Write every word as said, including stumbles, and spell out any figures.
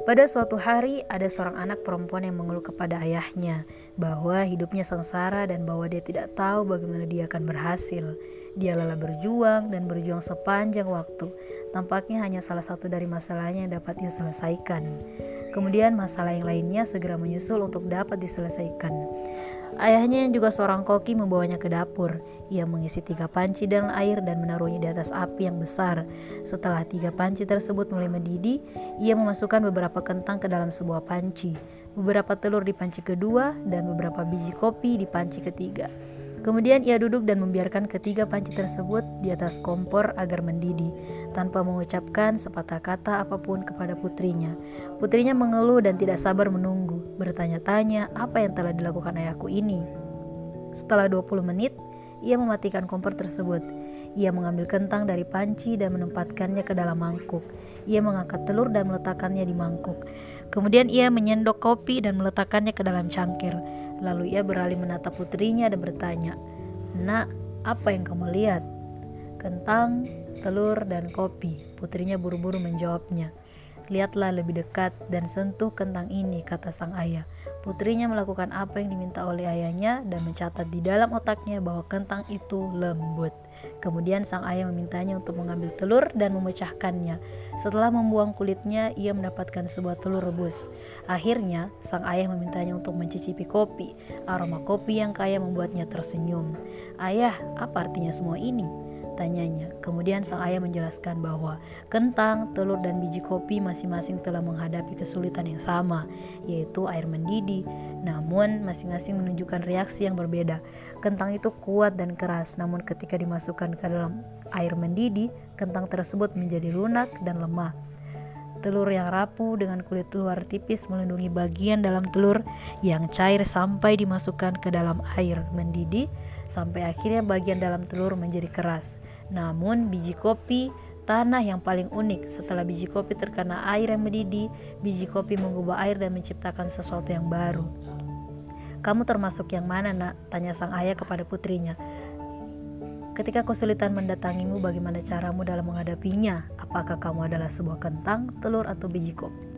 Pada suatu hari, ada seorang anak perempuan yang mengeluh kepada ayahnya bahwa hidupnya sengsara dan bahwa dia tidak tahu bagaimana dia akan berhasil. Dia lelah berjuang dan berjuang sepanjang waktu. Tampaknya hanya salah satu dari masalahnya yang dapat ia selesaikan. Kemudian masalah yang lainnya segera menyusul untuk dapat diselesaikan. Ayahnya yang juga seorang koki membawanya ke dapur. Ia mengisi tiga panci dengan air dan menaruhnya di atas api yang besar. Setelah tiga panci tersebut mulai mendidih, ia memasukkan beberapa kentang ke dalam sebuah panci, beberapa telur di panci kedua, dan beberapa biji kopi di panci ketiga. Kemudian ia duduk dan membiarkan ketiga panci tersebut di atas kompor agar mendidih, tanpa mengucapkan sepatah kata apapun kepada putrinya. Putrinya mengeluh dan tidak sabar menunggu, bertanya-tanya apa yang telah dilakukan ayahku ini. Setelah dua puluh menit, ia mematikan kompor tersebut. Ia mengambil kentang dari panci dan menempatkannya ke dalam mangkuk. Ia mengangkat telur dan meletakkannya di mangkuk. Kemudian ia menyendok kopi dan meletakkannya ke dalam cangkir. Lalu ia beralih menatap putrinya dan bertanya, "Nak, apa yang kamu lihat?" "Kentang, telur, dan kopi," putrinya buru-buru menjawabnya. "Lihatlah lebih dekat dan sentuh kentang ini," kata sang ayah. Putrinya melakukan apa yang diminta oleh ayahnya dan mencatat di dalam otaknya bahwa kentang itu lembut. Kemudian sang ayah memintanya untuk mengambil telur dan memecahkannya. Setelah membuang kulitnya, ia mendapatkan sebuah telur rebus. Akhirnya, sang ayah memintanya untuk mencicipi kopi. Aroma kopi yang kaya membuatnya tersenyum. "Ayah, apa artinya semua ini?" tanyanya. Kemudian sang ayah menjelaskan bahwa kentang, telur, dan biji kopi masing-masing telah menghadapi kesulitan yang sama, yaitu air mendidih. Namun masing-masing menunjukkan reaksi yang berbeda. Kentang itu kuat dan keras, namun ketika dimasukkan ke dalam air mendidih, kentang tersebut menjadi lunak dan lemah. Telur yang rapuh dengan kulit luar tipis melindungi bagian dalam telur yang cair sampai dimasukkan ke dalam air mendidih, sampai akhirnya bagian dalam telur menjadi keras. Namun biji kopi, tanah yang paling unik. Setelah biji kopi terkena air yang mendidih, biji kopi mengubah air dan menciptakan sesuatu yang baru. "Kamu termasuk yang mana, Nak?" tanya sang ayah kepada putrinya. "Ketika kesulitan mendatangimu, bagaimana caramu dalam menghadapinya? Apakah kamu adalah sebuah kentang, telur, atau biji kopi?"